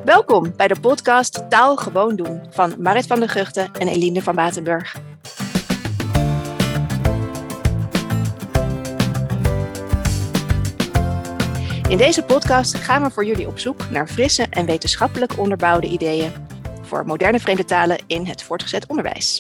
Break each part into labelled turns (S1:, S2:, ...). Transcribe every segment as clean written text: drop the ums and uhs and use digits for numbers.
S1: Welkom bij de podcast Taal Gewoon Doen van Marit van der Gugten en Eline van Batenburg. In deze podcast gaan we voor jullie op zoek naar frisse en wetenschappelijk onderbouwde ideeën voor moderne vreemde talen in het voortgezet onderwijs.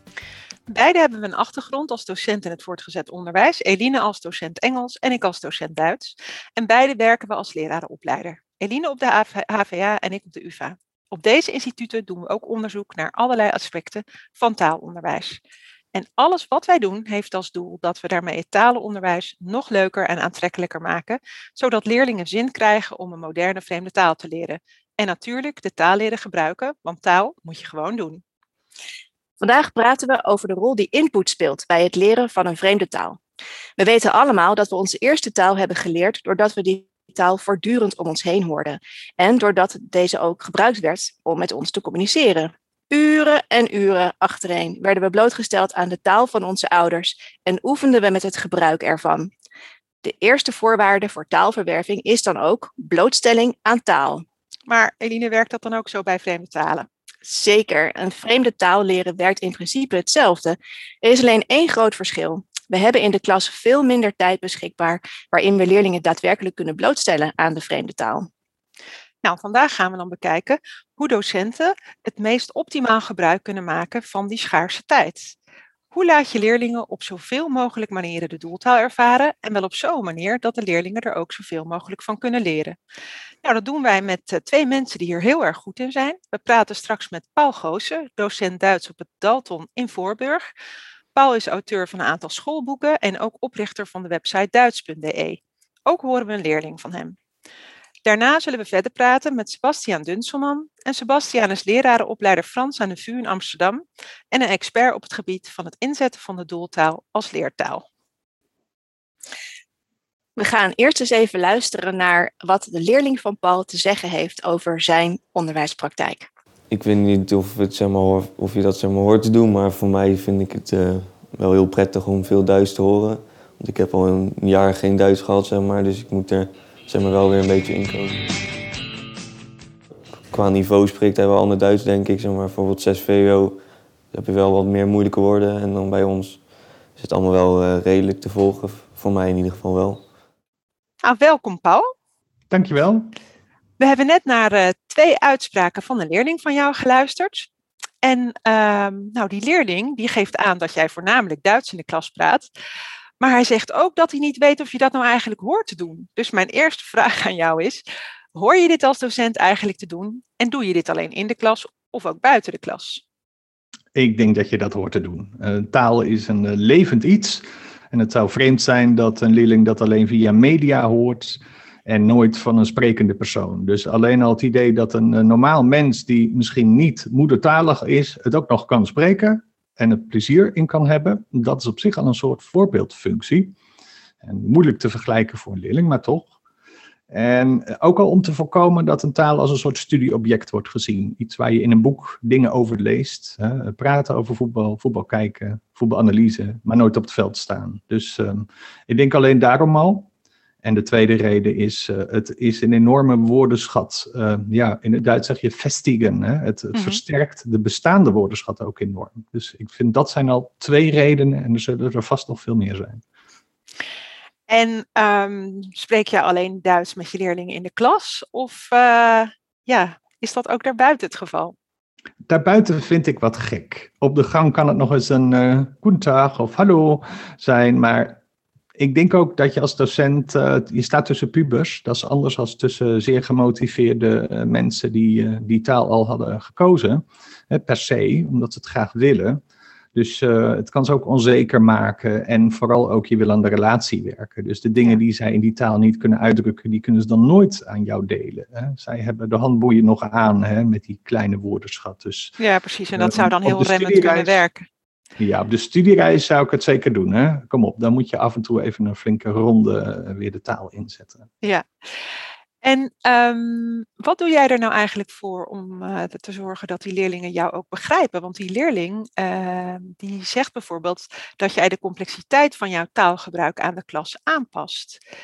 S2: Beide hebben we een achtergrond als docent in het voortgezet onderwijs. Eline als docent Engels en ik als docent Duits. En beide werken we als lerarenopleider. Eline op de HVA en ik op de UvA. Op deze instituten doen we ook onderzoek naar allerlei aspecten van taalonderwijs. En alles wat wij doen heeft als doel dat we daarmee het talenonderwijs nog leuker en aantrekkelijker maken, zodat leerlingen zin krijgen om een moderne vreemde taal te leren. En natuurlijk de taal leren gebruiken, want taal moet je gewoon doen.
S1: Vandaag praten we over de rol die input speelt bij het leren van een vreemde taal. We weten allemaal dat we onze eerste taal hebben geleerd doordat we die taal voortdurend om ons heen hoorden. En doordat deze ook gebruikt werd om met ons te communiceren. Uren en uren achtereen werden we blootgesteld aan de taal van onze ouders en oefenden we met het gebruik ervan. De eerste voorwaarde voor taalverwerving is dan ook blootstelling aan taal.
S2: Maar Eline, werkt dat dan ook zo bij vreemde talen?
S1: Zeker, een vreemde taal leren werkt in principe hetzelfde. Er is alleen één groot verschil. We hebben in de klas veel minder tijd beschikbaar waarin we leerlingen daadwerkelijk kunnen blootstellen aan de vreemde taal.
S2: Nou, vandaag gaan we dan bekijken hoe docenten het meest optimaal gebruik kunnen maken van die schaarse tijd. Hoe laat je leerlingen op zoveel mogelijk manieren de doeltaal ervaren en wel op zo'n manier dat de leerlingen er ook zoveel mogelijk van kunnen leren? Nou, dat doen wij met twee mensen die hier heel erg goed in zijn. We praten straks met Paul Goossen, docent Duits op het Dalton in Voorburg. Paul is auteur van een aantal schoolboeken en ook oprichter van de website Duits.de. Ook horen we een leerling van hem. Daarna zullen we verder praten met Sebastiaan Dunselman. En Sebastiaan is lerarenopleider Frans aan de VU in Amsterdam en een expert op het gebied van het inzetten van de doeltaal als leertaal.
S1: We gaan eerst eens even luisteren naar wat de leerling van Paul te zeggen heeft over zijn onderwijspraktijk.
S3: Ik weet niet of je dat hoort te doen, maar voor mij vind ik het wel heel prettig om veel Duits te horen. Want ik heb al een jaar geen Duits gehad, dus ik moet er wel weer een beetje in komen. Qua niveau spreekt hij wel ander Duits, denk ik. Bijvoorbeeld 6 VWO heb je wel wat meer moeilijke woorden. En dan bij ons is het allemaal wel redelijk te volgen. Voor mij in ieder geval wel.
S2: Nou, welkom Paul.
S4: Dankjewel.
S2: We hebben net naar 2 uitspraken van een leerling van jou geluisterd. En die leerling die geeft aan dat jij voornamelijk Duits in de klas praat. Maar hij zegt ook dat hij niet weet of je dat nou eigenlijk hoort te doen. Dus mijn eerste vraag aan jou is, hoor je dit als docent eigenlijk te doen? En doe je dit alleen in de klas of ook buiten de klas?
S4: Ik denk dat je dat hoort te doen. Taal is een levend iets. En het zou vreemd zijn dat een leerling dat alleen via media hoort en nooit van een sprekende persoon. Dus alleen al het idee dat een normaal mens die misschien niet moedertalig is, het ook nog kan spreken en het plezier in kan hebben, dat is op zich al een soort voorbeeldfunctie. En moeilijk te vergelijken voor een leerling, maar toch. En ook al om te voorkomen dat een taal als een soort studieobject wordt gezien. Iets waar je in een boek dingen over leest. Praten over voetbal kijken, voetbalanalyse, maar nooit op het veld staan. Dus ik denk alleen daarom al. En de tweede reden is, het is een enorme woordenschat. In het Duits zeg je vestigen. Het versterkt de bestaande woordenschat ook enorm. Dus ik vind dat zijn al 2 redenen en er zullen er vast nog veel meer zijn.
S2: En spreek je alleen Duits met je leerlingen in de klas? Of is dat ook daarbuiten het geval?
S4: Daarbuiten vind ik wat gek. Op de gang kan het nog eens een goedendag of hallo zijn, maar ik denk ook dat je als docent, je staat tussen pubers, dat is anders dan tussen zeer gemotiveerde mensen die taal al hadden gekozen, per se, omdat ze het graag willen. Dus het kan ze ook onzeker maken en vooral ook je wil aan de relatie werken. Dus de dingen die zij in die taal niet kunnen uitdrukken, die kunnen ze dan nooit aan jou delen. Hè. Zij hebben de handboeien nog aan met die kleine woordenschat. Dus,
S2: ja, precies. En dat zou dan heel remmend kunnen werken.
S4: Ja, op de studiereis zou ik het zeker doen. Hè? Kom op, dan moet je af en toe even een flinke ronde weer de taal inzetten.
S2: Ja. En wat doe jij er nou eigenlijk voor om te zorgen dat die leerlingen jou ook begrijpen? Want die leerling die zegt bijvoorbeeld dat jij de complexiteit van jouw taalgebruik aan de klas aanpast.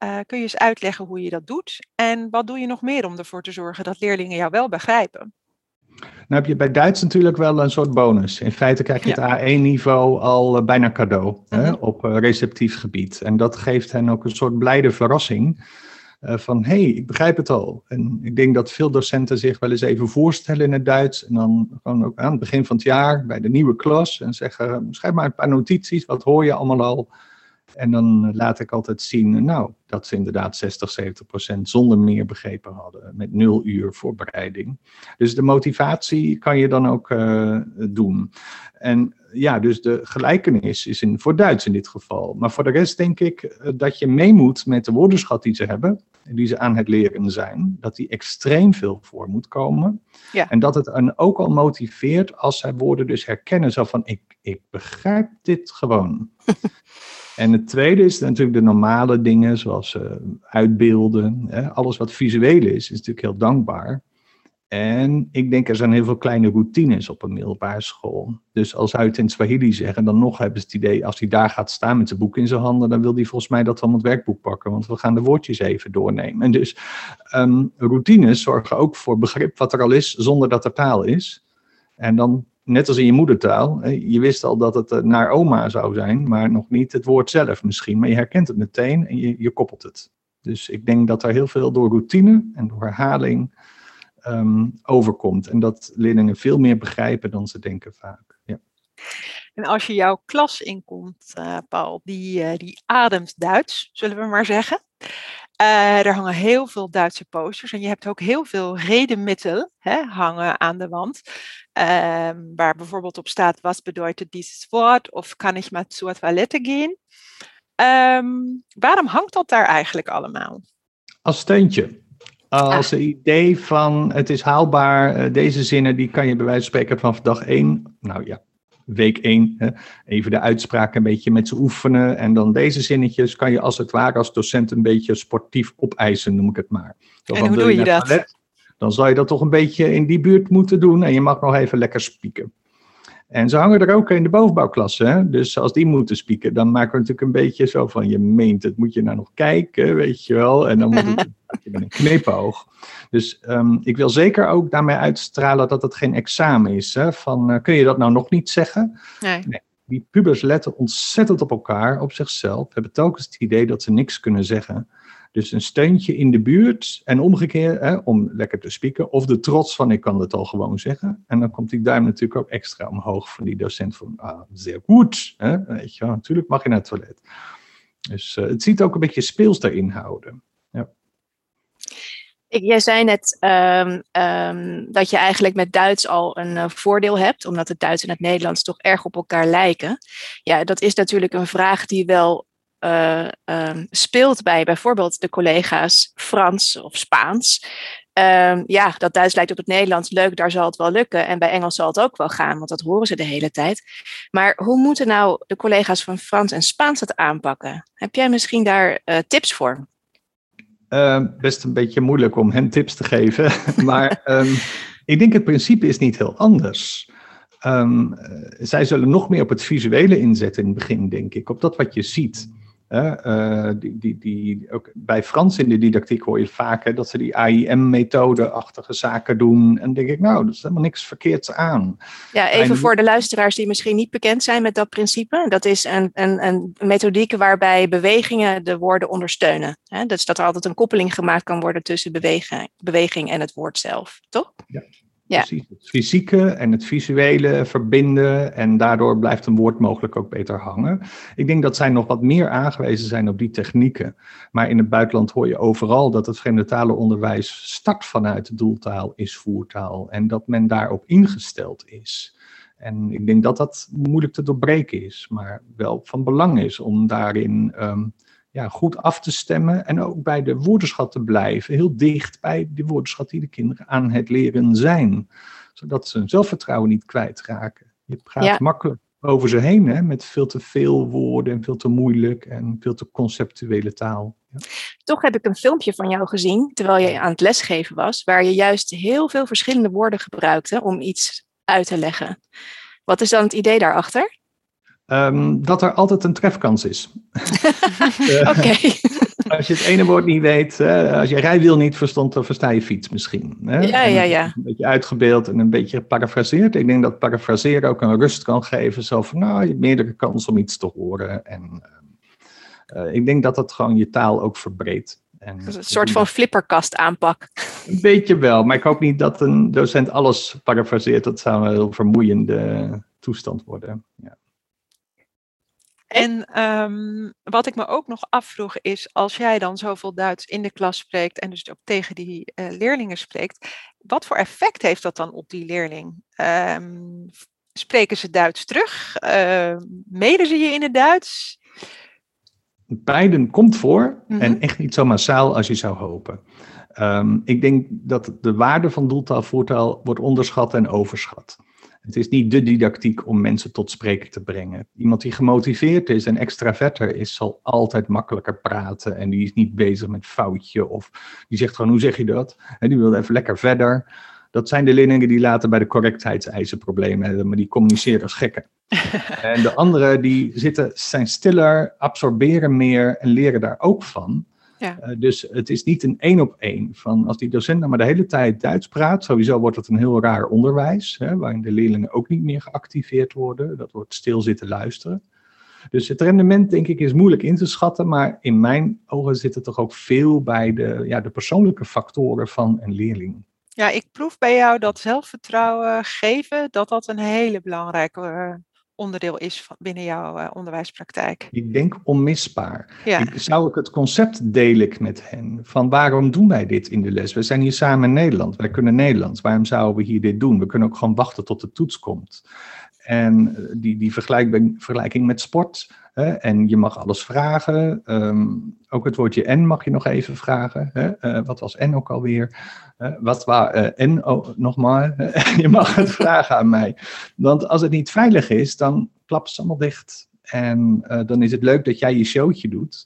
S2: Kun je eens uitleggen hoe je dat doet? En wat doe je nog meer om ervoor te zorgen dat leerlingen jou wel begrijpen?
S4: Nou heb je bij Duits natuurlijk wel een soort bonus. In feite krijg je het A1-niveau al bijna cadeau op receptief gebied. En dat geeft hen ook een soort blijde verrassing van hé, ik begrijp het al. En ik denk dat veel docenten zich wel eens even voorstellen in het Duits. En dan gewoon ook aan het begin van het jaar bij de nieuwe klas. En zeggen, schrijf maar een paar notities, wat hoor je allemaal al? En dan laat ik altijd zien, dat ze inderdaad 60-70% zonder meer begrepen hadden. Met 0 uur voorbereiding. Dus de motivatie kan je dan ook doen. En ja, dus de gelijkenis is voor Duits in dit geval. Maar voor de rest denk ik dat je mee moet met de woordenschat die ze hebben. Die ze aan het leren zijn. Dat die extreem veel voor moet komen. Ja. En dat het hen ook al motiveert als zij woorden dus herkennen. Zo van, ik begrijp dit gewoon. En het tweede is natuurlijk de normale dingen, zoals uitbeelden. Alles wat visueel is natuurlijk heel dankbaar. En ik denk er zijn heel veel kleine routines op een middelbare school. Dus als hij het in Swahili zeggen, dan nog hebben ze het idee, als hij daar gaat staan met zijn boek in zijn handen, dan wil hij volgens mij dat van het werkboek pakken, want we gaan de woordjes even doornemen. En dus routines zorgen ook voor begrip wat er al is, zonder dat er taal is. En dan, net als in je moedertaal, je wist al dat het naar oma zou zijn, maar nog niet het woord zelf misschien. Maar je herkent het meteen en je koppelt het. Dus ik denk dat er heel veel door routine en door herhaling overkomt. En dat leerlingen veel meer begrijpen dan ze denken vaak. Ja.
S2: En als je jouw klas inkomt, Paul, die ademt Duits, zullen we maar zeggen. Er hangen heel veel Duitse posters en je hebt ook heel veel redemiddel hangen aan de wand. Waar bijvoorbeeld op staat, was bedeutet dieses Wort of kan ik maar zur Toilette gaan? Waarom hangt dat daar eigenlijk allemaal?
S4: Als steuntje. Als een idee van het is haalbaar, deze zinnen die kan je bij wijze van spreken vanaf dag 1, week 1, even de uitspraak een beetje met ze oefenen. En dan deze zinnetjes kan je als het ware als docent een beetje sportief opeisen, noem ik het maar.
S2: Zo, en hoe doe je dat?
S4: Toilet, dan zal je dat toch een beetje in die buurt moeten doen en je mag nog even lekker spieken. En ze hangen er ook in de bovenbouwklasse. Hè? Dus als die moeten spieken, dan maken we natuurlijk een beetje zo van, je meent het, moet je nou nog kijken, weet je wel. En dan moet het met een knipoog. Dus ik wil zeker ook daarmee uitstralen dat het geen examen is. Hè? Van, kun je dat nou nog niet zeggen? Nee. Die pubers letten ontzettend op elkaar, op zichzelf. Hebben telkens het idee dat ze niks kunnen zeggen. Dus een steuntje in de buurt en omgekeerd, om lekker te spieken. Of de trots van, ik kan het al gewoon zeggen. En dan komt die duim natuurlijk ook extra omhoog van die docent van, zeer goed. Weet je wel, natuurlijk mag je naar het toilet. Dus het ziet ook een beetje speels daarin houden. Ja.
S1: Jij zei net dat je eigenlijk met Duits al een voordeel hebt, omdat het Duits en het Nederlands toch erg op elkaar lijken. Ja, dat is natuurlijk een vraag die wel speelt bij bijvoorbeeld de collega's Frans of Spaans. Dat Duits lijkt op het Nederlands, leuk, daar zal het wel lukken. En bij Engels zal het ook wel gaan, want dat horen ze de hele tijd. Maar hoe moeten nou de collega's van Frans en Spaans het aanpakken? Heb jij misschien daar tips voor?
S4: Best een beetje moeilijk om hen tips te geven. Maar ik denk het principe is niet heel anders. Zij zullen nog meer op het visuele inzetten in het begin, denk ik. Op dat wat je ziet. Ook bij Frans in de didactiek hoor je vaak dat ze die AIM-methode-achtige zaken doen. En dan denk ik, dat is helemaal niks verkeerds aan.
S1: Ja, even voor de luisteraars die misschien niet bekend zijn met dat principe. Dat is een methodiek waarbij bewegingen de woorden ondersteunen. Dus dat er altijd een koppeling gemaakt kan worden tussen beweging en het woord zelf, toch?
S4: Ja. Precies, het fysieke en het visuele verbinden en daardoor blijft een woord mogelijk ook beter hangen. Ik denk dat zij nog wat meer aangewezen zijn op die technieken. Maar in het buitenland hoor je overal dat het vreemde talenonderwijs start vanuit de doeltaal is voertaal en dat men daarop ingesteld is. En ik denk dat dat moeilijk te doorbreken is, maar wel van belang is om daarin goed af te stemmen en ook bij de woordenschat te blijven. Heel dicht bij de woordenschat die de kinderen aan het leren zijn. Zodat ze hun zelfvertrouwen niet kwijtraken. Je praat makkelijk over ze heen, met veel te veel woorden en veel te moeilijk en veel te conceptuele taal. Ja.
S1: Toch heb ik een filmpje van jou gezien, terwijl je aan het lesgeven was, waar je juist heel veel verschillende woorden gebruikte om iets uit te leggen. Wat is dan het idee daarachter?
S4: Dat er altijd een trefkans is.
S1: Oké.
S4: Als je het ene woord niet weet, als je rijwiel niet verstond, dan versta je fiets misschien. Hè?
S1: Ja.
S4: Een beetje uitgebeeld en een beetje parafraseerd. Ik denk dat parafraseren ook een rust kan geven. Zo van, je hebt meerdere kansen om iets te horen. En ik denk dat dat gewoon je taal ook verbreedt.
S1: Een soort van flipperkast aanpak.
S4: Een beetje wel, maar ik hoop niet dat een docent alles parafraseert. Dat zou een heel vermoeiende toestand worden. Ja.
S2: En wat ik me ook nog afvroeg is, als jij dan zoveel Duits in de klas spreekt en dus ook tegen die leerlingen spreekt, wat voor effect heeft dat dan op die leerling? Spreken ze Duits terug? Mailen ze je in het Duits?
S4: Beiden komt voor en echt niet zo massaal als je zou hopen. Ik denk dat de waarde van doeltaalvoertaal wordt onderschat en overschat. Het is niet de didactiek om mensen tot spreken te brengen. Iemand die gemotiveerd is en extraverter is, zal altijd makkelijker praten. En die is niet bezig met foutje of die zegt gewoon, hoe zeg je dat? En die wil even lekker verder. Dat zijn de leerlingen die later bij de correctheidseisen problemen hebben, maar die communiceren als gekken. En de anderen die zijn stiller, absorberen meer en leren daar ook van. Ja. Dus het is niet een 1-op-1 van als die docent nou maar de hele tijd Duits praat. Sowieso wordt het een heel raar onderwijs, waarin de leerlingen ook niet meer geactiveerd worden. Dat wordt stil zitten luisteren. Dus het rendement, denk ik, is moeilijk in te schatten. Maar in mijn ogen zit het toch ook veel bij de persoonlijke factoren van een leerling.
S2: Ja, ik proef bij jou dat zelfvertrouwen geven, dat een hele belangrijke onderdeel is binnen jouw onderwijspraktijk.
S4: Ik denk onmisbaar. Ja. Zou ik het concept deel ik met hen? Van waarom doen wij dit in de les? We zijn hier samen in Nederland. Wij kunnen Nederlands. Waarom zouden we hier dit doen? We kunnen ook gewoon wachten tot de toets komt. En die vergelijking met sport. En je mag alles vragen. Ook het woordje N mag je nog even vragen. Wat was N ook alweer? Wat was N nogmaals? Je mag het vragen aan mij. Want als het niet veilig is, dan klappen ze allemaal dicht. En dan is het leuk dat jij je showtje doet.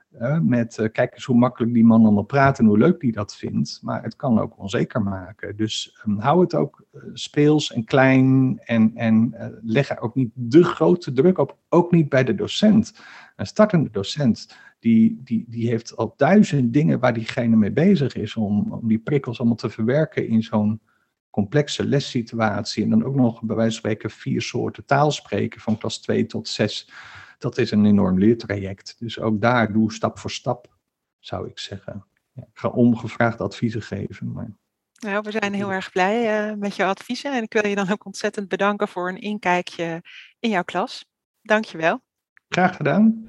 S4: Met kijk eens hoe makkelijk die man allemaal praat en hoe leuk die dat vindt. Maar het kan ook onzeker maken. Dus hou het ook speels en klein. En leg er ook niet de grote druk op. Ook niet bij de docent. Een startende docent die heeft al 1000 dingen waar diegene mee bezig is. Om die prikkels allemaal te verwerken in zo'n complexe lessituatie. En dan ook nog bij wijze van spreken 4 soorten taal spreken. Van klas 2 tot 6. Dat is een enorm leertraject. Dus ook daar doe stap voor stap, zou ik zeggen. Ja, ik ga ongevraagd adviezen geven. Maar...
S2: Nou, we zijn heel erg blij met jouw adviezen. En ik wil je dan ook ontzettend bedanken voor een inkijkje in jouw klas. Dank je wel.
S4: Graag gedaan.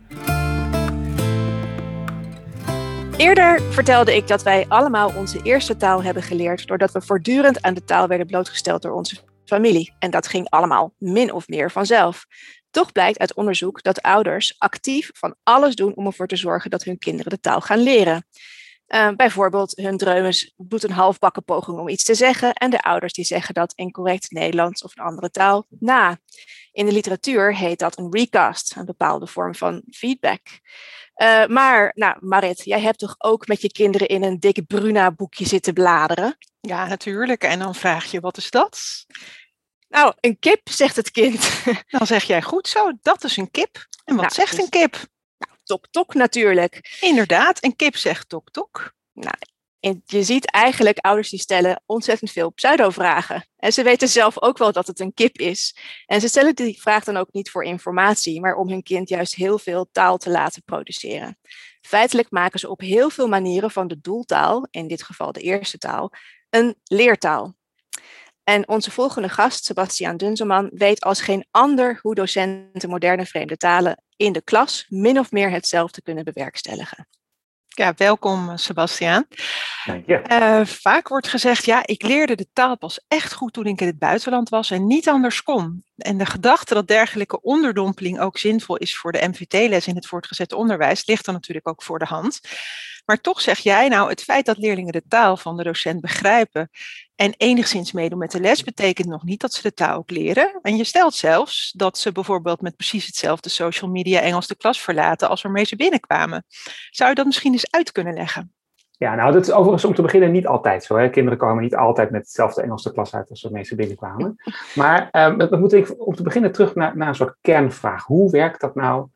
S1: Eerder vertelde ik dat wij allemaal onze eerste taal hebben geleerd doordat we voortdurend aan de taal werden blootgesteld door onze familie. En dat ging allemaal min of meer vanzelf. Toch blijkt uit onderzoek dat ouders actief van alles doen om ervoor te zorgen dat hun kinderen de taal gaan leren. Bijvoorbeeld, hun dreumes doet een halfbakken poging om iets te zeggen en de ouders die zeggen dat in correct Nederlands of een andere taal na. In de literatuur heet dat een recast, een bepaalde vorm van feedback. Maar Marit, jij hebt toch ook met je kinderen in een dik Bruna-boekje zitten bladeren?
S2: Ja, natuurlijk. En dan vraag je, wat is dat?
S1: Nou, een kip, zegt het kind.
S2: Dan zeg jij, goed zo, dat is een kip. En wat zegt een kip?
S1: Nou, tok tok natuurlijk.
S2: Inderdaad, een kip zegt tok tok.
S1: Nou, en je ziet eigenlijk ouders die stellen ontzettend veel pseudo-vragen. En ze weten zelf ook wel dat het een kip is. En ze stellen die vraag dan ook niet voor informatie, maar om hun kind juist heel veel taal te laten produceren. Feitelijk maken ze op heel veel manieren van de doeltaal, in dit geval de eerste taal, een leertaal. En onze volgende gast, Sebastiaan Dunzeman, weet als geen ander hoe docenten moderne vreemde talen in de klas min of meer hetzelfde kunnen bewerkstelligen.
S2: Ja, welkom Sebastiaan.
S5: Dank je.
S2: Vaak wordt gezegd, ja, ik leerde de taal pas echt goed toen ik in het buitenland was en niet anders kon. En de gedachte dat dergelijke onderdompeling ook zinvol is voor de MVT-les in het voortgezet onderwijs ligt dan natuurlijk ook voor de hand. Maar toch zeg jij, nou, het feit dat leerlingen de taal van de docent begrijpen en enigszins meedoen met de les betekent nog niet dat ze de taal ook leren. En je stelt zelfs dat ze bijvoorbeeld met precies hetzelfde social media Engels de klas verlaten als waarmee ze binnenkwamen. Zou je dat misschien eens uit kunnen leggen?
S5: Ja, nou, dat is overigens om te beginnen niet altijd zo. Hè. Kinderen komen niet altijd met hetzelfde Engels de klas uit als waarmee ze binnenkwamen. Maar we moeten om te beginnen terug naar een soort kernvraag. Hoe werkt dat nou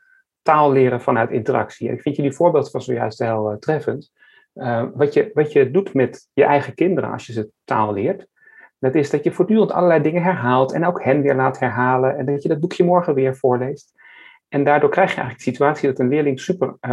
S5: taal leren vanuit interactie. Ik vind jullie voorbeeld van zojuist heel treffend. Wat je doet met je eigen kinderen als je ze taal leert, dat is dat je voortdurend allerlei dingen herhaalt en ook hen weer laat herhalen en dat je dat boekje morgen weer voorleest. En daardoor krijg je eigenlijk de situatie dat een leerling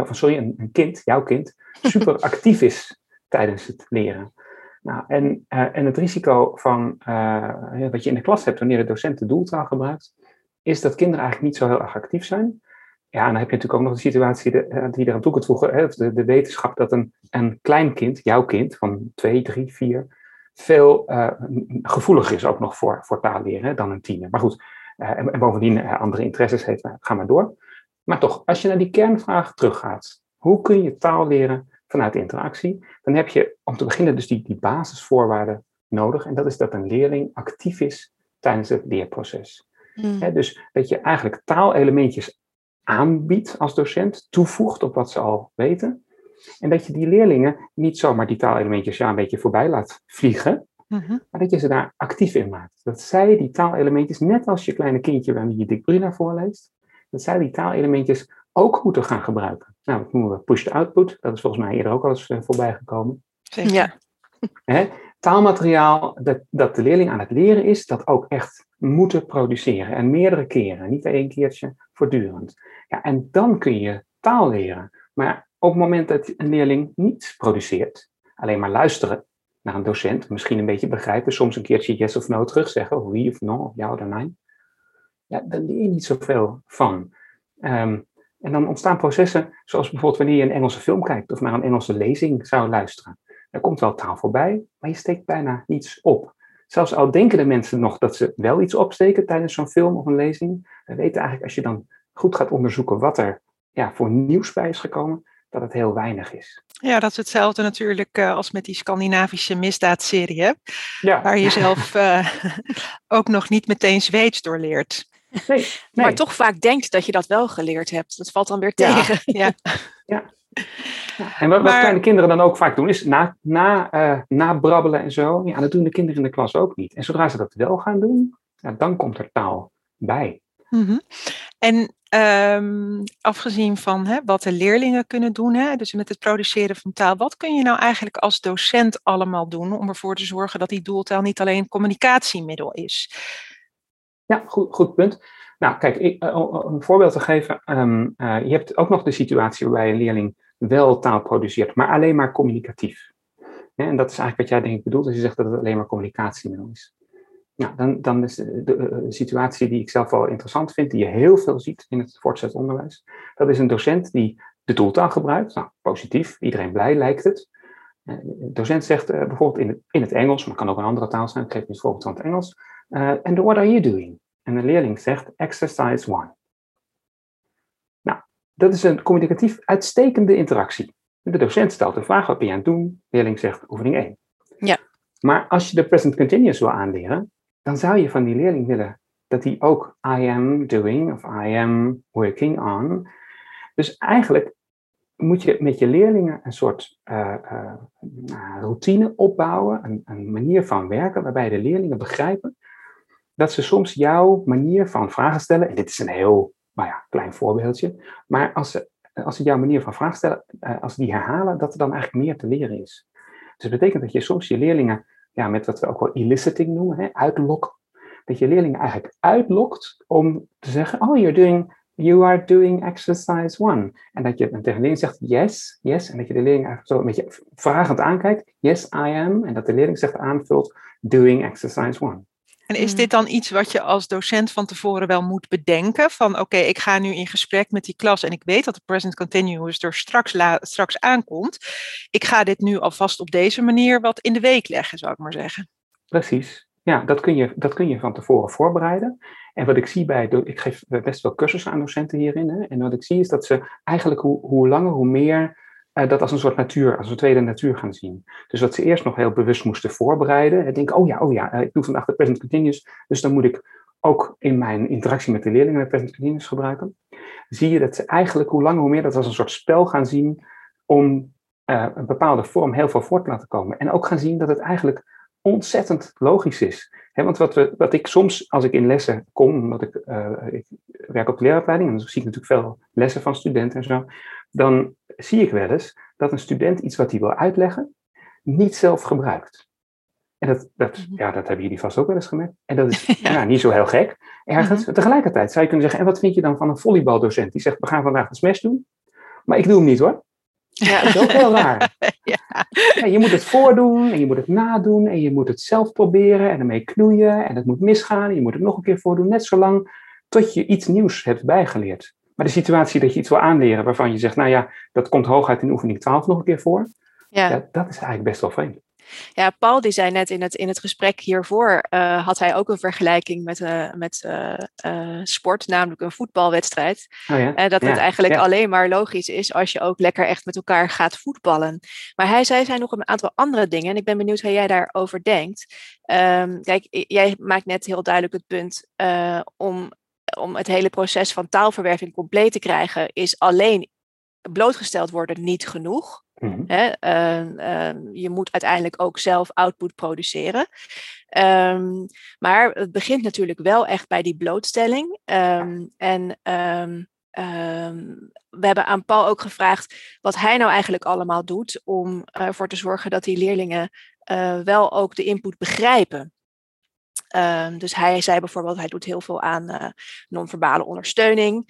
S5: een kind, jouw kind, super actief is tijdens het leren. Nou, en het risico van wat je in de klas hebt wanneer de docent de doeltaal gebruikt, is dat kinderen eigenlijk niet zo heel erg actief zijn. Ja, en dan heb je natuurlijk ook nog de situatie die eraan toe kunt voegen, de wetenschap dat een klein kind, jouw kind van 2, 3, 4, veel gevoeliger is ook nog voor taal leren dan een tiener. Maar goed, en bovendien andere interesses heeft, ga maar door. Maar toch, als je naar die kernvraag teruggaat, hoe kun je taal leren vanuit interactie? Dan heb je om te beginnen dus die basisvoorwaarden nodig. En dat is dat een leerling actief is tijdens het leerproces. Dus dat je eigenlijk taalelementjes aanbiedt als docent, toevoegt op wat ze al weten. En dat je die leerlingen niet zomaar die taalelementjes een beetje voorbij laat vliegen, maar dat je ze daar actief in maakt. Dat zij die taalelementjes, net als je kleine kindje wanneer je Dick Bruna voorleest, dat zij die taalelementjes ook moeten gaan gebruiken. Nou, dat noemen we push-to-output. Dat is volgens mij eerder ook al eens voorbij gekomen.
S2: Zeker.
S1: Ja.
S5: Taalmateriaal dat de leerling aan het leren is, dat ook echt moeten produceren. En meerdere keren, niet één keertje, voortdurend. Ja, en dan kun je taal leren. Maar op het moment dat een leerling niet produceert, alleen maar luisteren naar een docent, misschien een beetje begrijpen, soms een keertje yes of no terugzeggen, of oui of no, of ja of nee. Ja, daar leer je niet zoveel van. En dan ontstaan processen, zoals bijvoorbeeld wanneer je een Engelse film kijkt, of naar een Engelse lezing zou luisteren. Er komt wel taal voorbij, maar je steekt bijna niets op. Zelfs al denken de mensen nog dat ze wel iets opsteken tijdens zo'n film of een lezing, we weten eigenlijk als je dan goed gaat onderzoeken wat er voor nieuws bij is gekomen, dat het heel weinig is.
S2: Ja, dat is hetzelfde natuurlijk als met die Scandinavische misdaadserie, hè?
S5: Ja.
S2: Waar je zelf ook nog niet meteen Zweeds door leert.
S5: Nee.
S1: Maar toch vaak denkt dat je dat wel geleerd hebt. Dat valt dan weer tegen.
S2: Ja.
S5: En wat kleine kinderen dan ook vaak doen, is nabrabbelen en zo. Ja, dat doen de kinderen in de klas ook niet. En zodra ze dat wel gaan doen, dan komt er taal bij.
S2: Mm-hmm. En afgezien van wat de leerlingen kunnen doen, dus met het produceren van taal, wat kun je nou eigenlijk als docent allemaal doen om ervoor te zorgen dat die doeltaal niet alleen een communicatiemiddel is?
S5: Ja, goed punt. Nou, kijk, om een voorbeeld te geven, je hebt ook nog de situatie waarbij een leerling wel taal produceert, maar alleen maar communicatief. En dat is eigenlijk wat jij denk ik bedoelt als je zegt dat het alleen maar communicatiemiddel is. Nou, dan is de situatie die ik zelf wel interessant vind, die je heel veel ziet in het voortgezet onderwijs. Dat is een docent die de doeltaal gebruikt. Nou, positief, iedereen blij lijkt het. De docent zegt bijvoorbeeld in het Engels, maar het kan ook een andere taal zijn, ik geef je het voorbeeld van het Engels. And what are you doing? En de leerling zegt exercise 1. Nou, dat is een communicatief uitstekende interactie. De docent stelt de vraag, wat ben je aan het doen? De leerling zegt oefening 1.
S1: Ja.
S5: Maar als je de present continuous wil aanleren, dan zou je van die leerling willen dat hij ook I am doing of I am working on. Dus eigenlijk moet je met je leerlingen een soort routine opbouwen, een manier van werken waarbij de leerlingen begrijpen dat ze soms jouw manier van vragen stellen, en dit is een heel klein voorbeeldje, maar als ze jouw manier van vragen stellen, als ze die herhalen, dat er dan eigenlijk meer te leren is. Dus dat betekent dat je soms je leerlingen, met wat we ook wel eliciting noemen, uitlokken, dat je leerlingen eigenlijk uitlokt om te zeggen, oh, you are doing exercise 1. En dat je tegen de leerling zegt, yes, yes, en dat je de leerling eigenlijk zo een beetje vragend aankijkt, yes, I am, en dat de leerling zegt aanvult, doing exercise 1.
S2: En is dit dan iets wat je als docent van tevoren wel moet bedenken? Van oké, ik ga nu in gesprek met die klas en ik weet dat de present continuous er straks aankomt. Ik ga dit nu alvast op deze manier wat in de week leggen, zou ik maar zeggen.
S5: Precies. Ja, dat kun je van tevoren voorbereiden. En wat ik zie ik geef best wel cursussen aan docenten hierin. En wat ik zie is dat ze eigenlijk hoe langer, hoe meer dat als een soort natuur, als een tweede natuur gaan zien. Dus wat ze eerst nog heel bewust moesten voorbereiden. En denken, ik doe vandaag de present continuous. Dus dan moet ik ook in mijn interactie met de leerlingen de present continuous gebruiken. Zie je dat ze eigenlijk hoe langer, hoe meer dat als een soort spel gaan zien om een bepaalde vorm heel veel voort te laten komen. En ook gaan zien dat het eigenlijk ontzettend logisch is Want wat ik soms, als ik in lessen kom, omdat ik werk op de leraaropleiding, en dan zie ik natuurlijk veel lessen van studenten en zo, dan zie ik wel eens dat een student iets wat hij wil uitleggen, niet zelf gebruikt. En dat hebben jullie vast ook wel eens gemerkt. En dat is niet zo heel gek, ergens. Tegelijkertijd zou je kunnen zeggen, en wat vind je dan van een volleybaldocent? Die zegt, we gaan vandaag de smash doen, maar ik doe hem niet hoor. Ja, dat is ook heel raar. Ja, je moet het voordoen en je moet het nadoen en je moet het zelf proberen en ermee knoeien en het moet misgaan en je moet het nog een keer voordoen, net zolang tot je iets nieuws hebt bijgeleerd. Maar de situatie dat je iets wil aanleren waarvan je zegt, nou ja, dat komt hooguit in oefening 12 nog een keer voor, dat is eigenlijk best wel vreemd.
S1: Ja, Paul die zei net in het gesprek hiervoor, had hij ook een vergelijking met sport, namelijk een voetbalwedstrijd. Dat het eigenlijk alleen maar logisch is als je ook lekker echt met elkaar gaat voetballen. Maar hij zei nog een aantal andere dingen en ik ben benieuwd hoe jij daarover denkt. Kijk, jij maakt net heel duidelijk het punt om het hele proces van taalverwerving compleet te krijgen, is alleen blootgesteld worden niet genoeg. Mm-hmm. Je moet uiteindelijk ook zelf output produceren. Maar het begint natuurlijk wel echt bij die blootstelling. We hebben aan Paul ook gevraagd wat hij nou eigenlijk allemaal doet om ervoor te zorgen dat die leerlingen wel ook de input begrijpen. Dus hij zei bijvoorbeeld, hij doet heel veel aan non-verbale ondersteuning.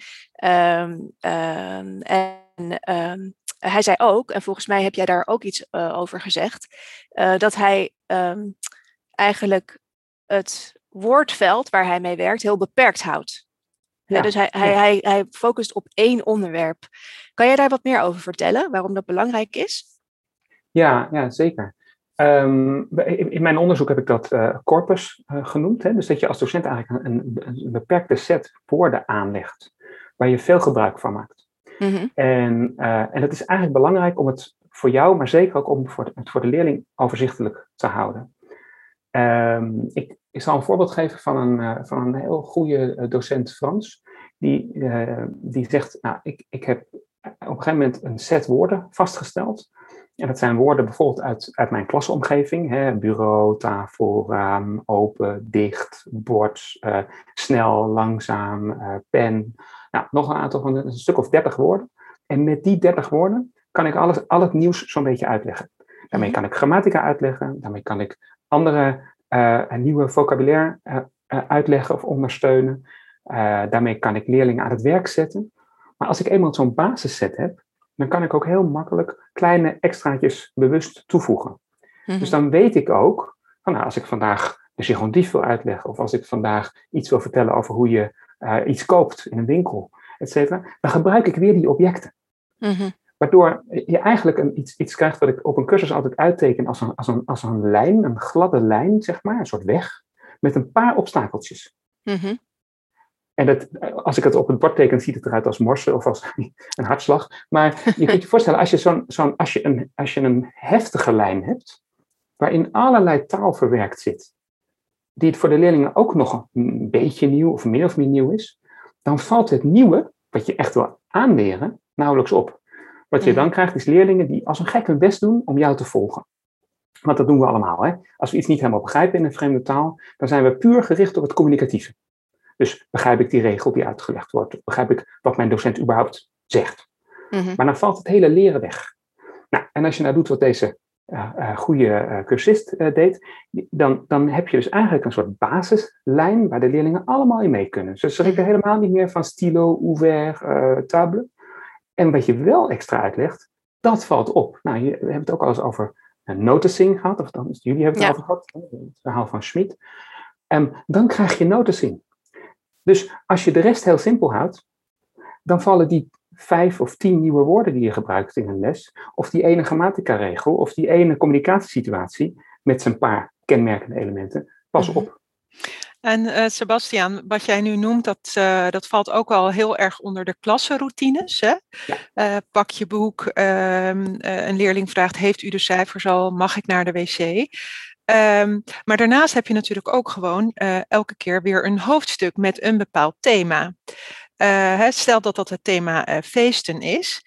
S1: Hij zei ook, en volgens mij heb jij daar ook iets over gezegd, dat hij eigenlijk het woordveld waar hij mee werkt heel beperkt houdt. Ja. Dus hij focust op één onderwerp. Kan jij daar wat meer over vertellen, waarom dat belangrijk is?
S5: Ja, zeker. In mijn onderzoek heb ik dat corpus genoemd. Dus dat je als docent eigenlijk een beperkte set woorden aanlegt, waar je veel gebruik van maakt. Mm-hmm. En dat is eigenlijk belangrijk om het voor jou, maar zeker ook om het voor de leerling overzichtelijk te houden. Ik zal een voorbeeld geven van een heel goede docent Frans. Die zegt, nou, ik heb op een gegeven moment een set woorden vastgesteld. En dat zijn woorden bijvoorbeeld uit mijn klasomgeving. Bureau, tafel, raam, open, dicht, bord, snel, langzaam, pen. Nou, nog een aantal van een stuk of 30 woorden. En met die 30 woorden kan ik al het nieuws zo'n beetje uitleggen. Daarmee kan ik grammatica uitleggen. Daarmee kan ik andere nieuwe vocabulaire uitleggen of ondersteunen. Daarmee kan ik leerlingen aan het werk zetten. Maar als ik eenmaal zo'n basisset heb, dan kan ik ook heel makkelijk kleine extraatjes bewust toevoegen. Mm-hmm. Dus dan weet ik ook, als ik vandaag de secondief wil uitleggen, of als ik vandaag iets wil vertellen over hoe je iets koopt in een winkel, et cetera, dan gebruik ik weer die objecten. Mm-hmm. Waardoor je eigenlijk iets krijgt wat ik op een cursus altijd uitteken als een lijn, een gladde lijn, zeg maar, een soort weg, met een paar obstakeltjes. Mm-hmm. En als ik het op het bord teken, ziet het eruit als morsen of als een hartslag. Maar je kunt je voorstellen, als je een heftige lijn hebt, waarin allerlei taal verwerkt zit, die het voor de leerlingen ook nog een beetje nieuw of meer nieuw is, dan valt het nieuwe, wat je echt wil aanleren, nauwelijks op. Wat je dan krijgt, is leerlingen die als een gek hun best doen om jou te volgen. Want dat doen we allemaal. Hè? Als we iets niet helemaal begrijpen in een vreemde taal, dan zijn we puur gericht op het communicatieve. Dus begrijp ik die regel die uitgelegd wordt? Begrijp ik wat mijn docent überhaupt zegt? Mm-hmm. Maar dan valt het hele leren weg. Nou, en als je nou doet wat deze goede cursist deed, dan heb je dus eigenlijk een soort basislijn waar de leerlingen allemaal in mee kunnen. Ze spreken helemaal niet meer van stylo, ouvert, table. En wat je wel extra uitlegt, dat valt op. Nou, we hebben het ook al eens over noticing gehad, of dan, jullie hebben het over gehad, het verhaal van Schmid. Dan krijg je noticing. Dus als je de rest heel simpel houdt, dan vallen die 5 of 10 nieuwe woorden die je gebruikt in een les, of die ene grammatica-regel, of die ene communicatiesituatie met zijn paar kenmerkende elementen, pas op.
S2: En Sebastiaan, wat jij nu noemt, dat valt ook al heel erg onder de klassenroutines. Hè? Ja. Pak je boek, een leerling vraagt, heeft u de cijfers al, mag ik naar de wc? Maar daarnaast heb je natuurlijk ook gewoon elke keer weer een hoofdstuk met een bepaald thema. Stel dat het thema feesten is.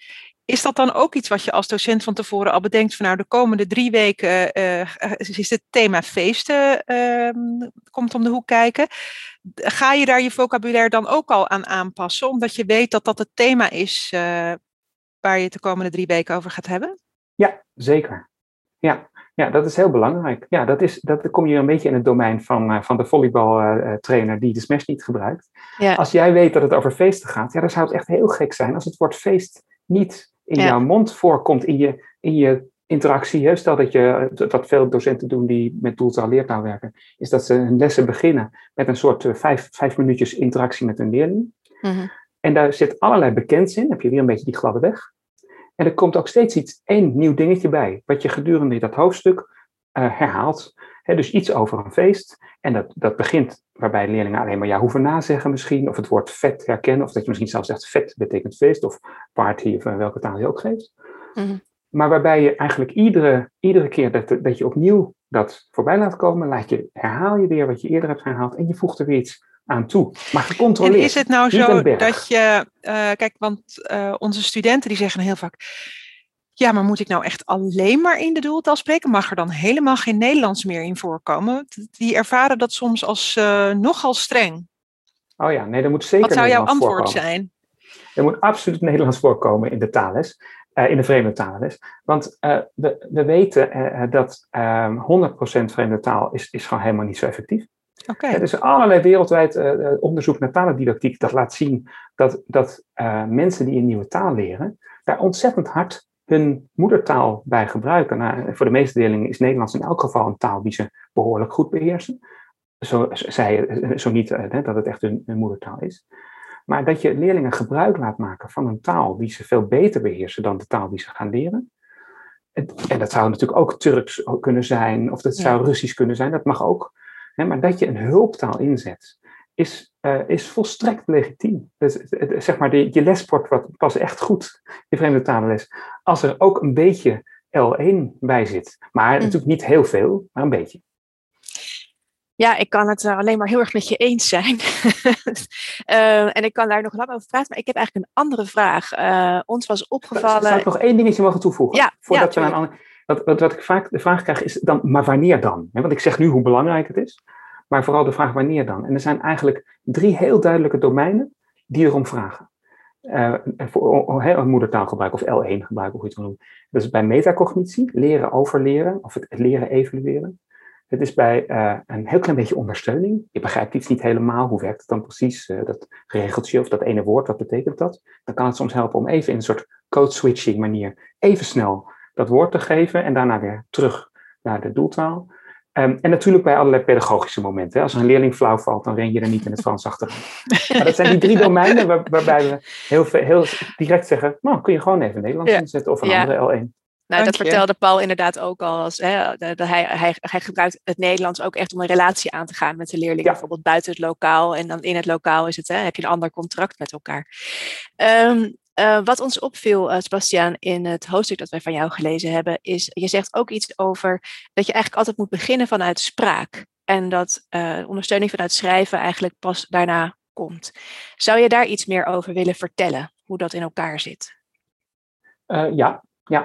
S2: Is dat dan ook iets wat je als docent van tevoren al bedenkt van nou de komende 3 weken is het thema feesten komt om de hoek kijken. Ga je daar je vocabulaire dan ook al aan aanpassen, omdat je weet dat dat het thema is waar je het de komende 3 weken over gaat hebben?
S5: Ja, zeker. Ja, dat is heel belangrijk. Ja, dat kom je een beetje in het domein van de volleybaltrainer die de Smash niet gebruikt.
S1: Ja.
S5: Als jij weet dat het over feesten gaat, dan zou het echt heel gek zijn als het woord feest niet in jouw mond voorkomt in je interactie. Hè? Stel dat wat veel docenten doen die met doeltaal leertaal werken, is dat ze hun lessen beginnen met een soort 5 minuutjes interactie met een leerling.
S1: Mm-hmm.
S5: En daar zit allerlei bekends in. Dan heb je weer een beetje die gladde weg. En er komt ook steeds één nieuw dingetje bij, wat je gedurende dat hoofdstuk herhaalt. Dus iets over een feest. En dat begint waarbij leerlingen alleen maar hoeven nazeggen misschien, of het woord vet herkennen, of dat je misschien zelfs zegt vet betekent feest, of party, of welke taal je ook geeft.
S1: Mm-hmm. Maar
S5: waarbij je eigenlijk iedere keer dat je opnieuw dat voorbij laat komen, herhaal je weer wat je eerder hebt herhaald en je voegt er weer iets aan toe. Maar gecontroleerd.
S2: En is het nou zo dat je, kijk, want onze studenten die zeggen heel vaak, ja, maar moet ik nou echt alleen maar in de doeltaal spreken? Mag er dan helemaal geen Nederlands meer in voorkomen? Die ervaren dat soms als nogal streng.
S5: Oh ja, nee, er moet zeker.
S2: Wat zou jouw antwoord
S5: voorkomen.
S2: zijn?
S5: Er moet absoluut Nederlands voorkomen in de taalles, in de vreemde talenles. Want we weten dat 100% vreemde taal is gewoon helemaal niet zo effectief.
S2: Okay.
S5: Er is allerlei wereldwijd onderzoek naar talendidactiek dat laat zien dat mensen die een nieuwe taal leren, daar ontzettend hard hun moedertaal bij gebruiken. Nou, voor de meeste leerlingen is Nederlands in elk geval een taal die ze behoorlijk goed beheersen. Zo niet dat het echt hun moedertaal is. Maar dat je leerlingen gebruik laat maken van een taal die ze veel beter beheersen dan de taal die ze gaan leren. En dat zou natuurlijk ook Turks kunnen zijn, of dat zou Russisch kunnen zijn, dat mag ook. Maar dat je een hulptaal inzet, is volstrekt legitiem. Dus, zeg maar, je lesbord pas echt goed, je vreemde talenles, als er ook een beetje L1 bij zit. Maar natuurlijk niet heel veel, maar een beetje.
S1: Ja, ik kan het alleen maar heel erg met je eens zijn. En ik kan daar nog lang over praten, maar ik heb eigenlijk een andere vraag. Ons was opgevallen...
S5: Zou ik nog één dingetje mogen toevoegen?
S1: Ja,
S5: voordat we aan wat ik vaak de vraag krijg is dan, maar wanneer dan? Want ik zeg nu hoe belangrijk het is, maar vooral de vraag wanneer dan? En er zijn eigenlijk 3 heel duidelijke domeinen die erom vragen. Voor moedertaalgebruik of L1 gebruik, of iets van noemen. Dat is bij metacognitie, leren overleren, of het leren evalueren. Het is bij een heel klein beetje ondersteuning. Je begrijpt iets niet helemaal. Hoe werkt het dan precies? Dat regeltje of dat ene woord, wat betekent dat? Dan kan het soms helpen om even in een soort code-switching manier even snel dat woord te geven en daarna weer terug naar de doeltaal. En natuurlijk bij allerlei pedagogische momenten. Als een leerling flauw valt, dan ren je er niet in het Frans achteraan. Maar dat zijn die 3 domeinen waarbij we heel direct zeggen, nou, kun je gewoon even Nederlands inzetten of een andere L1.
S1: Nou, dat vertelde Paul inderdaad ook al. Hij gebruikt het Nederlands ook echt om een relatie aan te gaan met de leerlingen. Bijvoorbeeld buiten het lokaal. En dan in het lokaal heb je een ander contract met elkaar. Wat ons opviel, Sebastiaan, in het hoofdstuk dat wij van jou gelezen hebben, is, je zegt ook iets over dat je eigenlijk altijd moet beginnen vanuit spraak. En dat ondersteuning vanuit schrijven eigenlijk pas daarna komt. Zou je daar iets meer over willen vertellen? Hoe dat in elkaar zit?
S5: Ja.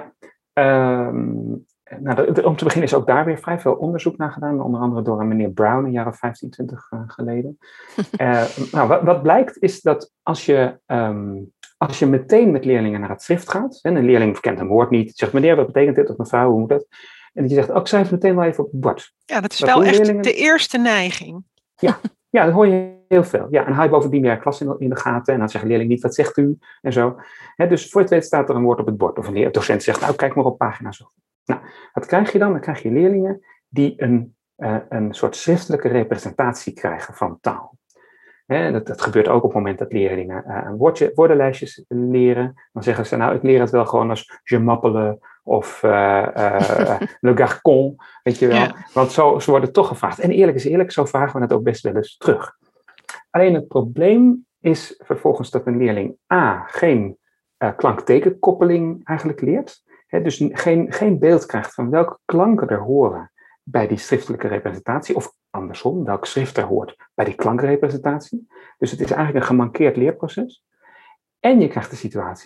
S5: Om te beginnen is ook daar weer vrij veel onderzoek naar gedaan. Onder andere door een meneer Brown, een jaar of 15, 20 geleden. Wat blijkt is dat als je meteen met leerlingen naar het schrift gaat, en een leerling kent een woord niet, zegt meneer, wat betekent dit? Of mevrouw, hoe moet dat? En je zegt, ik schrijf meteen wel even op het bord.
S2: Ja, dat is wel echt leerlingen de eerste neiging.
S5: Ja, dat hoor je heel veel. Ja, en hou je bovendien weer klas in de gaten en dan zegt de leerling niet, wat zegt u? En zo. Dus voor je het weet staat er een woord op het bord. Of een docent zegt, nou kijk maar op pagina zo. Nou, wat krijg je dan? Dan krijg je leerlingen die een soort schriftelijke representatie krijgen van taal. Dat gebeurt ook op het moment dat leerlingen woordenlijstjes leren. Dan zeggen ze, nou, ik leer het wel gewoon als je m'appelle of le garçon, weet je wel. Ja. Want zo worden toch gevraagd. En eerlijk is eerlijk, zo vragen we het ook best wel eens terug. Alleen het probleem is vervolgens dat een leerling geen klank-tekenkoppeling eigenlijk leert. Dus geen beeld krijgt van welke klanken er horen bij die schriftelijke representatie, of andersom, welk schrift er hoort bij die klankrepresentatie. Dus het is eigenlijk een gemankeerd leerproces. En je krijgt de situatie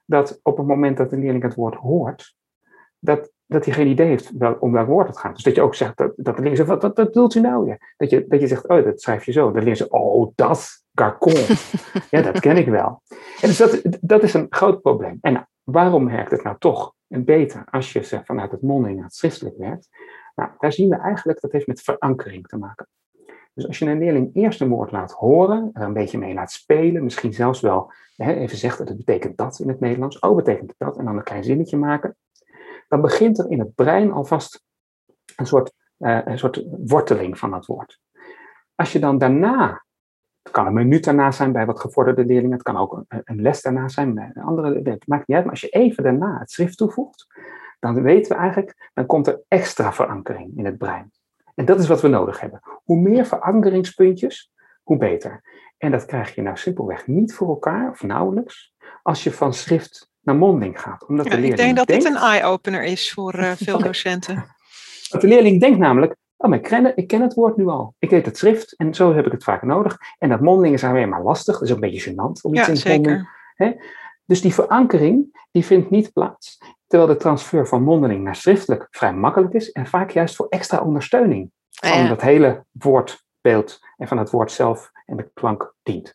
S5: dat op het moment dat een leerling het woord hoort, dat hij geen idee heeft om welk woord het gaat. Dus dat je ook zegt, dat de leerling zegt, wat bedoelt u nou? Ja? Dat je zegt, oh, dat schrijf je zo. Dat de leerling zegt, oh, dat, garçon. Ja, dat ken ik wel. En dus dat is een groot probleem. En nou, waarom werkt het nou toch beter als je vanuit het mondeling naar het schriftelijk werkt? Nou, daar zien we eigenlijk, dat heeft met verankering te maken. Dus als je een leerling eerst een woord laat horen, er een beetje mee laat spelen, misschien zelfs wel even zegt dat het betekent dat in het Nederlands, oh, betekent het dat, en dan een klein zinnetje maken, dan begint er in het brein alvast een soort worteling van dat woord. Als je dan daarna, het kan een minuut daarna zijn bij wat gevorderde leerlingen, het kan ook een les daarna zijn bij andere, het maakt niet uit, maar als je even daarna het schrift toevoegt, dan weten we eigenlijk, dan komt er extra verankering in het brein. En dat is wat we nodig hebben. Hoe meer verankeringspuntjes, hoe beter. En dat krijg je nou simpelweg niet voor elkaar, of nauwelijks, als je van schrift naar mondeling gaat. Omdat de leerling
S2: ik denk dat dit een eye-opener is voor veel docenten.
S5: Want de leerling denkt namelijk, oh, maar ik ken het woord nu al. Ik weet het schrift en zo heb ik het vaak nodig. En dat mondeling is alleen maar lastig. Dat is ook een beetje gênant om iets in het mondeling. Dus die verankering, die vindt niet plaats. Terwijl de transfer van mondeling naar schriftelijk vrij makkelijk is. En vaak juist voor extra ondersteuning van dat hele woordbeeld en van het woord zelf en de klank dient.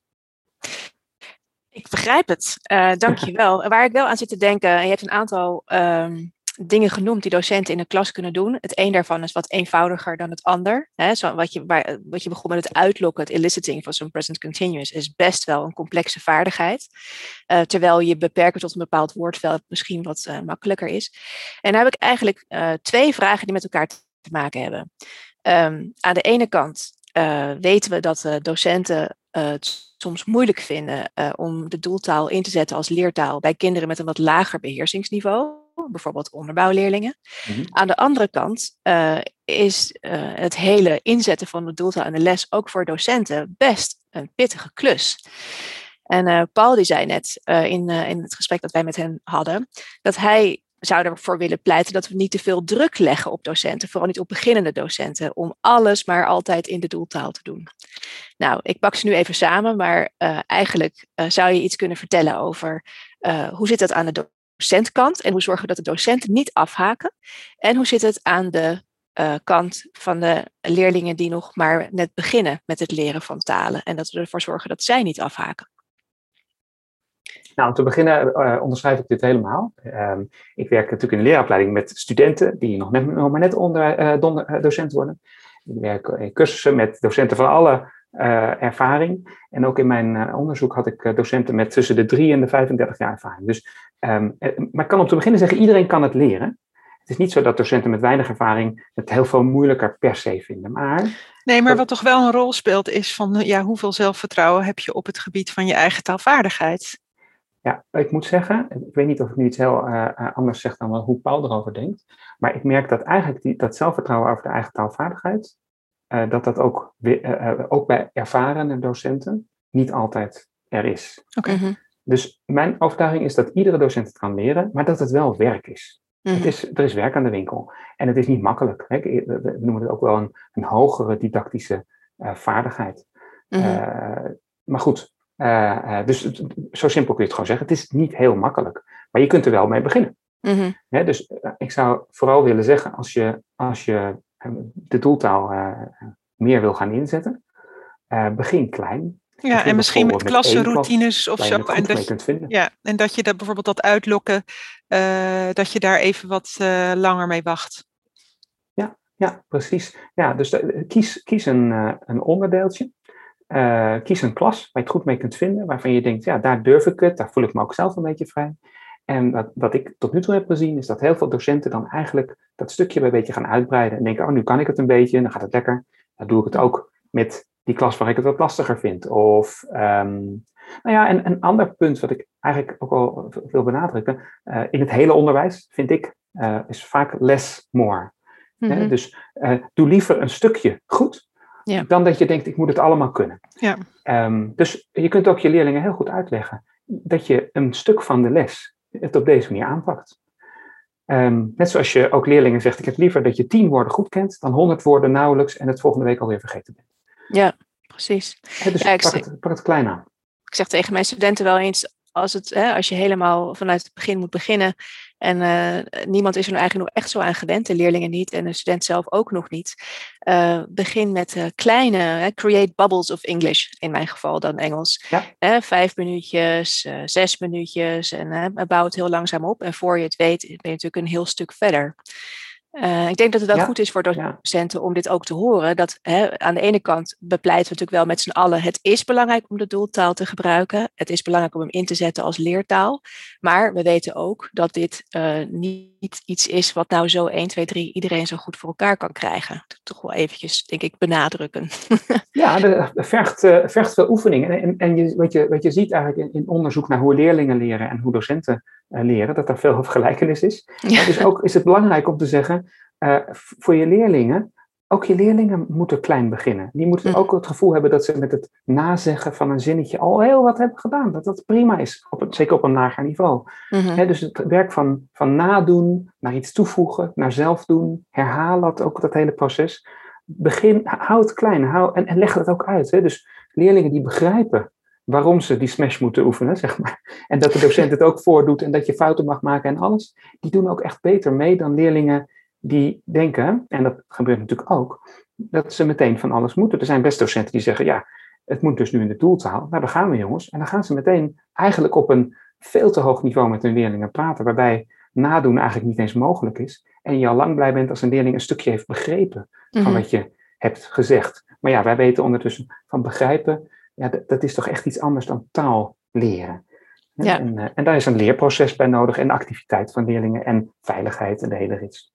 S1: Ik begrijp het. Dank je wel. Waar ik wel aan zit te denken, je hebt een aantal dingen genoemd die docenten in de klas kunnen doen. Het een daarvan is wat eenvoudiger dan het ander. Wat je begon met het uitlokken, het eliciting van zo'n present continuous, is best wel een complexe vaardigheid. Terwijl je beperken tot een bepaald woordveld misschien wat makkelijker is. En daar heb ik eigenlijk 2 vragen die met elkaar te maken hebben. Aan de ene kant weten we dat docenten het soms moeilijk vinden om de doeltaal in te zetten als leertaal bij kinderen met een wat lager beheersingsniveau, bijvoorbeeld onderbouwleerlingen. Mm-hmm. Aan de andere kant is het hele inzetten van de doeltaal in de les ook voor docenten best een pittige klus. En Paul die zei net in het gesprek dat wij met hem hadden, dat hij zou ervoor willen pleiten dat we niet te veel druk leggen op docenten, vooral niet op beginnende docenten, om alles maar altijd in de doeltaal te doen. Nou, ik pak ze nu even samen, maar eigenlijk zou je iets kunnen vertellen over hoe zit dat aan de docentkant en hoe zorgen we dat de docenten niet afhaken en hoe zit het aan de kant van de leerlingen die nog maar net beginnen met het leren van talen en dat we ervoor zorgen dat zij niet afhaken.
S5: Nou, om te beginnen onderschrijf ik dit helemaal. Ik werk natuurlijk in de leeropleiding met studenten die nog maar net docent worden. Ik werk in cursussen met docenten van alle ervaring. En ook in mijn onderzoek had ik docenten met tussen de 3 en de 35 jaar ervaring. Dus, maar ik kan om te beginnen zeggen, iedereen kan het leren. Het is niet zo dat docenten met weinig ervaring het heel veel moeilijker per se vinden. Maar
S2: wat toch wel een rol speelt is van hoeveel zelfvertrouwen heb je op het gebied van je eigen taalvaardigheid?
S5: Ja, ik moet zeggen, ik weet niet of ik nu iets heel anders zeg dan hoe Paul erover denkt, maar ik merk dat eigenlijk dat zelfvertrouwen over de eigen taalvaardigheid, dat ook bij ervaren docenten niet altijd er is.
S2: Okay.
S1: Mm-hmm.
S5: Dus mijn overtuiging is dat iedere docent het kan leren, maar dat het wel werk is.
S1: Mm-hmm.
S5: Er is werk aan de winkel en het is niet makkelijk. Hè? We noemen het ook wel een hogere didactische vaardigheid.
S1: Mm-hmm.
S5: Maar goed. Dus zo simpel kun je het gewoon zeggen. Het is niet heel makkelijk. Maar je kunt er wel mee beginnen.
S1: Mm-hmm.
S5: Dus ik zou vooral willen zeggen, als je de doeltaal meer wil gaan inzetten, begin klein.
S2: Ja, en misschien met klassenroutines of zo. En dat je dat bijvoorbeeld dat uitlokken, dat je daar even wat langer mee wacht.
S5: Ja, precies. Ja, dus kies een onderdeeltje. Kies een klas waar je het goed mee kunt vinden, waarvan je denkt, ja, daar durf ik het, daar voel ik me ook zelf een beetje vrij. En wat ik tot nu toe heb gezien, is dat heel veel docenten dan eigenlijk dat stukje bij een beetje gaan uitbreiden en denken, oh, nu kan ik het een beetje, dan gaat het lekker. Dan doe ik het ook met die klas waar ik het wat lastiger vind. Of, en een ander punt wat ik eigenlijk ook al wil benadrukken, in het hele onderwijs, vind ik, is vaak less more.
S1: Mm-hmm.
S5: Dus doe liever een stukje goed, dan dat je denkt, ik moet het allemaal kunnen.
S2: Ja.
S5: Dus je kunt ook je leerlingen heel goed uitleggen dat je een stuk van de les het op deze manier aanpakt. Net zoals je ook leerlingen zegt, ik heb liever dat je 10 woorden goed kent, dan 100 woorden nauwelijks en het volgende week alweer vergeten bent.
S1: Ja, precies.
S5: Dus pak het klein aan.
S1: Ik zeg tegen mijn studenten wel eens, als je helemaal vanuit het begin moet beginnen en niemand is er eigenlijk nog echt zo aan gewend, de leerlingen niet en de student zelf ook nog niet. Begin met kleine, create bubbles of English, in mijn geval dan Engels.
S5: Ja.
S1: 5 minuutjes, 6 minuutjes en bouw het heel langzaam op. En voor je het weet, ben je natuurlijk een heel stuk verder. Ik denk dat het wel goed is voor docenten om dit ook te horen. Dat aan de ene kant bepleiten we natuurlijk wel met z'n allen. Het is belangrijk om de doeltaal te gebruiken. Het is belangrijk om hem in te zetten als leertaal. Maar we weten ook dat dit niet iets is wat nou zo 1, 2, 3 iedereen zo goed voor elkaar kan krijgen. Dat toch wel eventjes, denk ik, benadrukken.
S5: Ja, dat vergt veel oefening. En wat je ziet eigenlijk in onderzoek naar hoe leerlingen leren en hoe docenten leren, dat er veel gelijkenis is. Ja. Dus ook is het belangrijk om te zeggen, voor je leerlingen, ook je leerlingen moeten klein beginnen. Die moeten ook het gevoel hebben dat ze met het nazeggen van een zinnetje al heel wat hebben gedaan. Dat dat prima is, zeker op een lager niveau. Dus het werk van nadoen, naar iets toevoegen, naar zelf doen, herhalen, ook dat hele proces. Hou het klein en leg het ook uit. Dus leerlingen die begrijpen waarom ze die smash moeten oefenen, zeg maar. En dat de docent het ook voordoet en dat je fouten mag maken en alles. Die doen ook echt beter mee dan leerlingen die denken, en dat gebeurt natuurlijk ook, dat ze meteen van alles moeten. Er zijn best docenten die zeggen, ja, het moet dus nu in de doeltaal. Nou, daar gaan we jongens. En dan gaan ze meteen eigenlijk op een veel te hoog niveau met hun leerlingen praten, waarbij nadoen eigenlijk niet eens mogelijk is. En je al lang blij bent als een leerling een stukje heeft begrepen van wat je hebt gezegd. Maar ja, wij weten ondertussen van begrijpen, ja, dat is toch echt iets anders dan taal leren. Ja. En daar is een leerproces bij nodig en activiteit van leerlingen en veiligheid en de hele rits.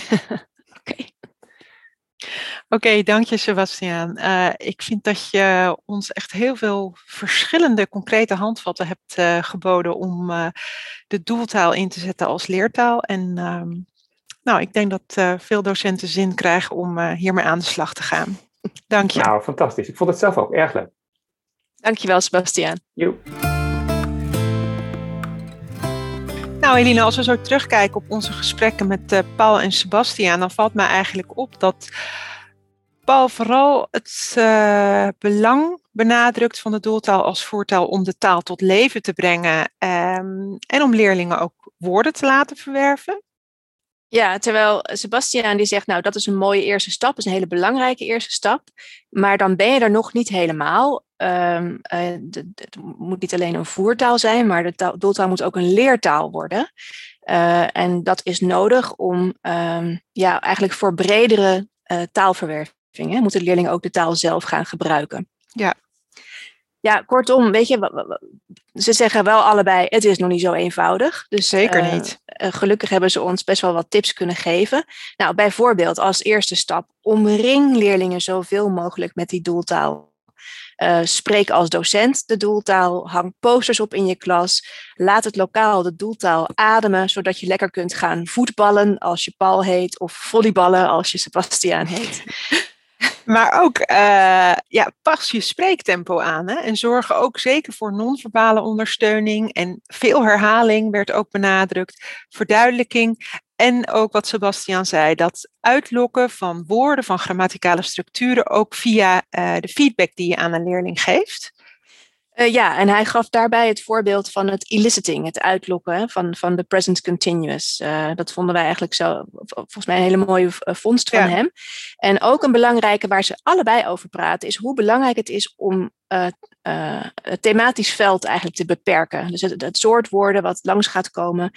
S2: Oké, dank je Sebastiaan. Ik vind dat je ons echt heel veel verschillende concrete handvatten hebt geboden om de doeltaal in te zetten als leertaal. En ik denk dat veel docenten zin krijgen om hiermee aan de slag te gaan. Dank je.
S5: Nou, fantastisch. Ik vond het zelf ook erg leuk.
S1: Dankjewel, Sebastiaan.
S5: Jo.
S2: Nou Eline, als we zo terugkijken op onze gesprekken met Paul en Sebastiaan, dan valt mij eigenlijk op dat Paul vooral het belang benadrukt van de doeltaal als voertaal om de taal tot leven te brengen en om leerlingen ook woorden te laten verwerven.
S1: Ja, terwijl Sebastiaan die zegt, nou dat is een mooie eerste stap, dat is een hele belangrijke eerste stap, maar dan ben je er nog niet helemaal. Het moet niet alleen een voertaal zijn, maar de doeltaal moet ook een leertaal worden. En dat is nodig om eigenlijk voor bredere taalverwerving. Moeten leerlingen ook de taal zelf gaan gebruiken. Ja, kortom, weet je, ze zeggen wel allebei, het is nog niet zo eenvoudig. Dus,
S2: zeker niet.
S1: Gelukkig hebben ze ons best wel wat tips kunnen geven. Nou, bijvoorbeeld als eerste stap, omring leerlingen zoveel mogelijk met die doeltaal. Spreek als docent de doeltaal, hang posters op in je klas, laat het lokaal de doeltaal ademen, zodat je lekker kunt gaan voetballen als je Paul heet of volleyballen als je Sebastiaan heet.
S2: Maar ook pas je spreektempo aan en zorg ook zeker voor non-verbale ondersteuning en veel herhaling werd ook benadrukt, verduidelijking. En ook wat Sebastiaan zei, dat uitlokken van woorden, van grammaticale structuren, ook via de feedback die je aan een leerling geeft.
S1: En hij gaf daarbij het voorbeeld van het eliciting, het uitlokken van de present continuous. Dat vonden wij eigenlijk zo, volgens mij een hele mooie vondst van hem. En ook een belangrijke waar ze allebei over praten, is hoe belangrijk het is om het thematisch veld eigenlijk te beperken. Dus het soort woorden wat langs gaat komen.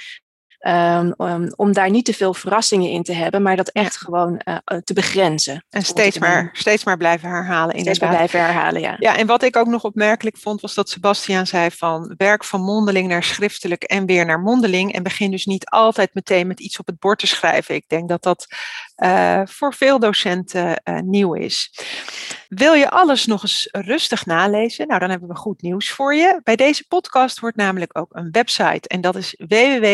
S1: Om daar niet te veel verrassingen in te hebben, maar dat echt gewoon te begrenzen.
S2: En steeds maar blijven herhalen.
S1: Steeds maar blijven herhalen, ja.
S2: Ja, en wat ik ook nog opmerkelijk vond, was dat Sebastiaan zei van werk van mondeling naar schriftelijk en weer naar mondeling. En begin dus niet altijd meteen met iets op het bord te schrijven. Ik denk dat dat voor veel docenten nieuw is. Wil je alles nog eens rustig nalezen? Nou, dan hebben we goed nieuws voor je. Bij deze podcast hoort namelijk ook een website en dat is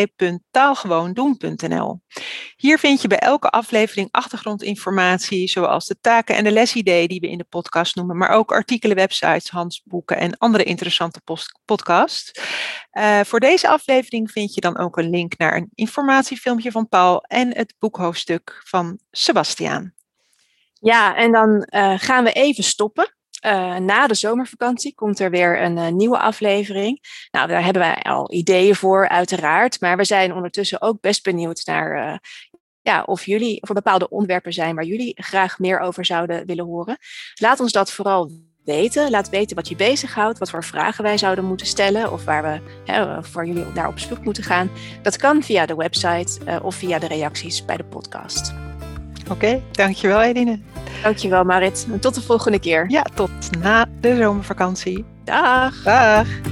S2: www.taalgewoondoen.nl. Hier vind je bij elke aflevering achtergrondinformatie, zoals de taken en de lesideeën die we in de podcast noemen, maar ook artikelen, websites, handboeken en andere interessante podcasts. Voor deze aflevering vind je dan ook een link naar een informatiefilmpje van Paul en het boekhoofdstuk van Sebastiaan.
S1: Ja, en dan gaan we even stoppen. Na de zomervakantie komt er weer een nieuwe aflevering. Nou, daar hebben wij al ideeën voor, uiteraard. Maar we zijn ondertussen ook best benieuwd naar of er bepaalde onderwerpen zijn waar jullie graag meer over zouden willen horen. Laat ons dat vooral weten. Laat weten wat je bezighoudt, wat voor vragen wij zouden moeten stellen of waar we voor jullie naar op zoek moeten gaan. Dat kan via de website of via de reacties bij de podcast.
S2: Oké, dankjewel Eline.
S1: Dankjewel Marit. En tot de volgende keer.
S2: Ja, tot na de zomervakantie.
S1: Dag.
S2: Dag.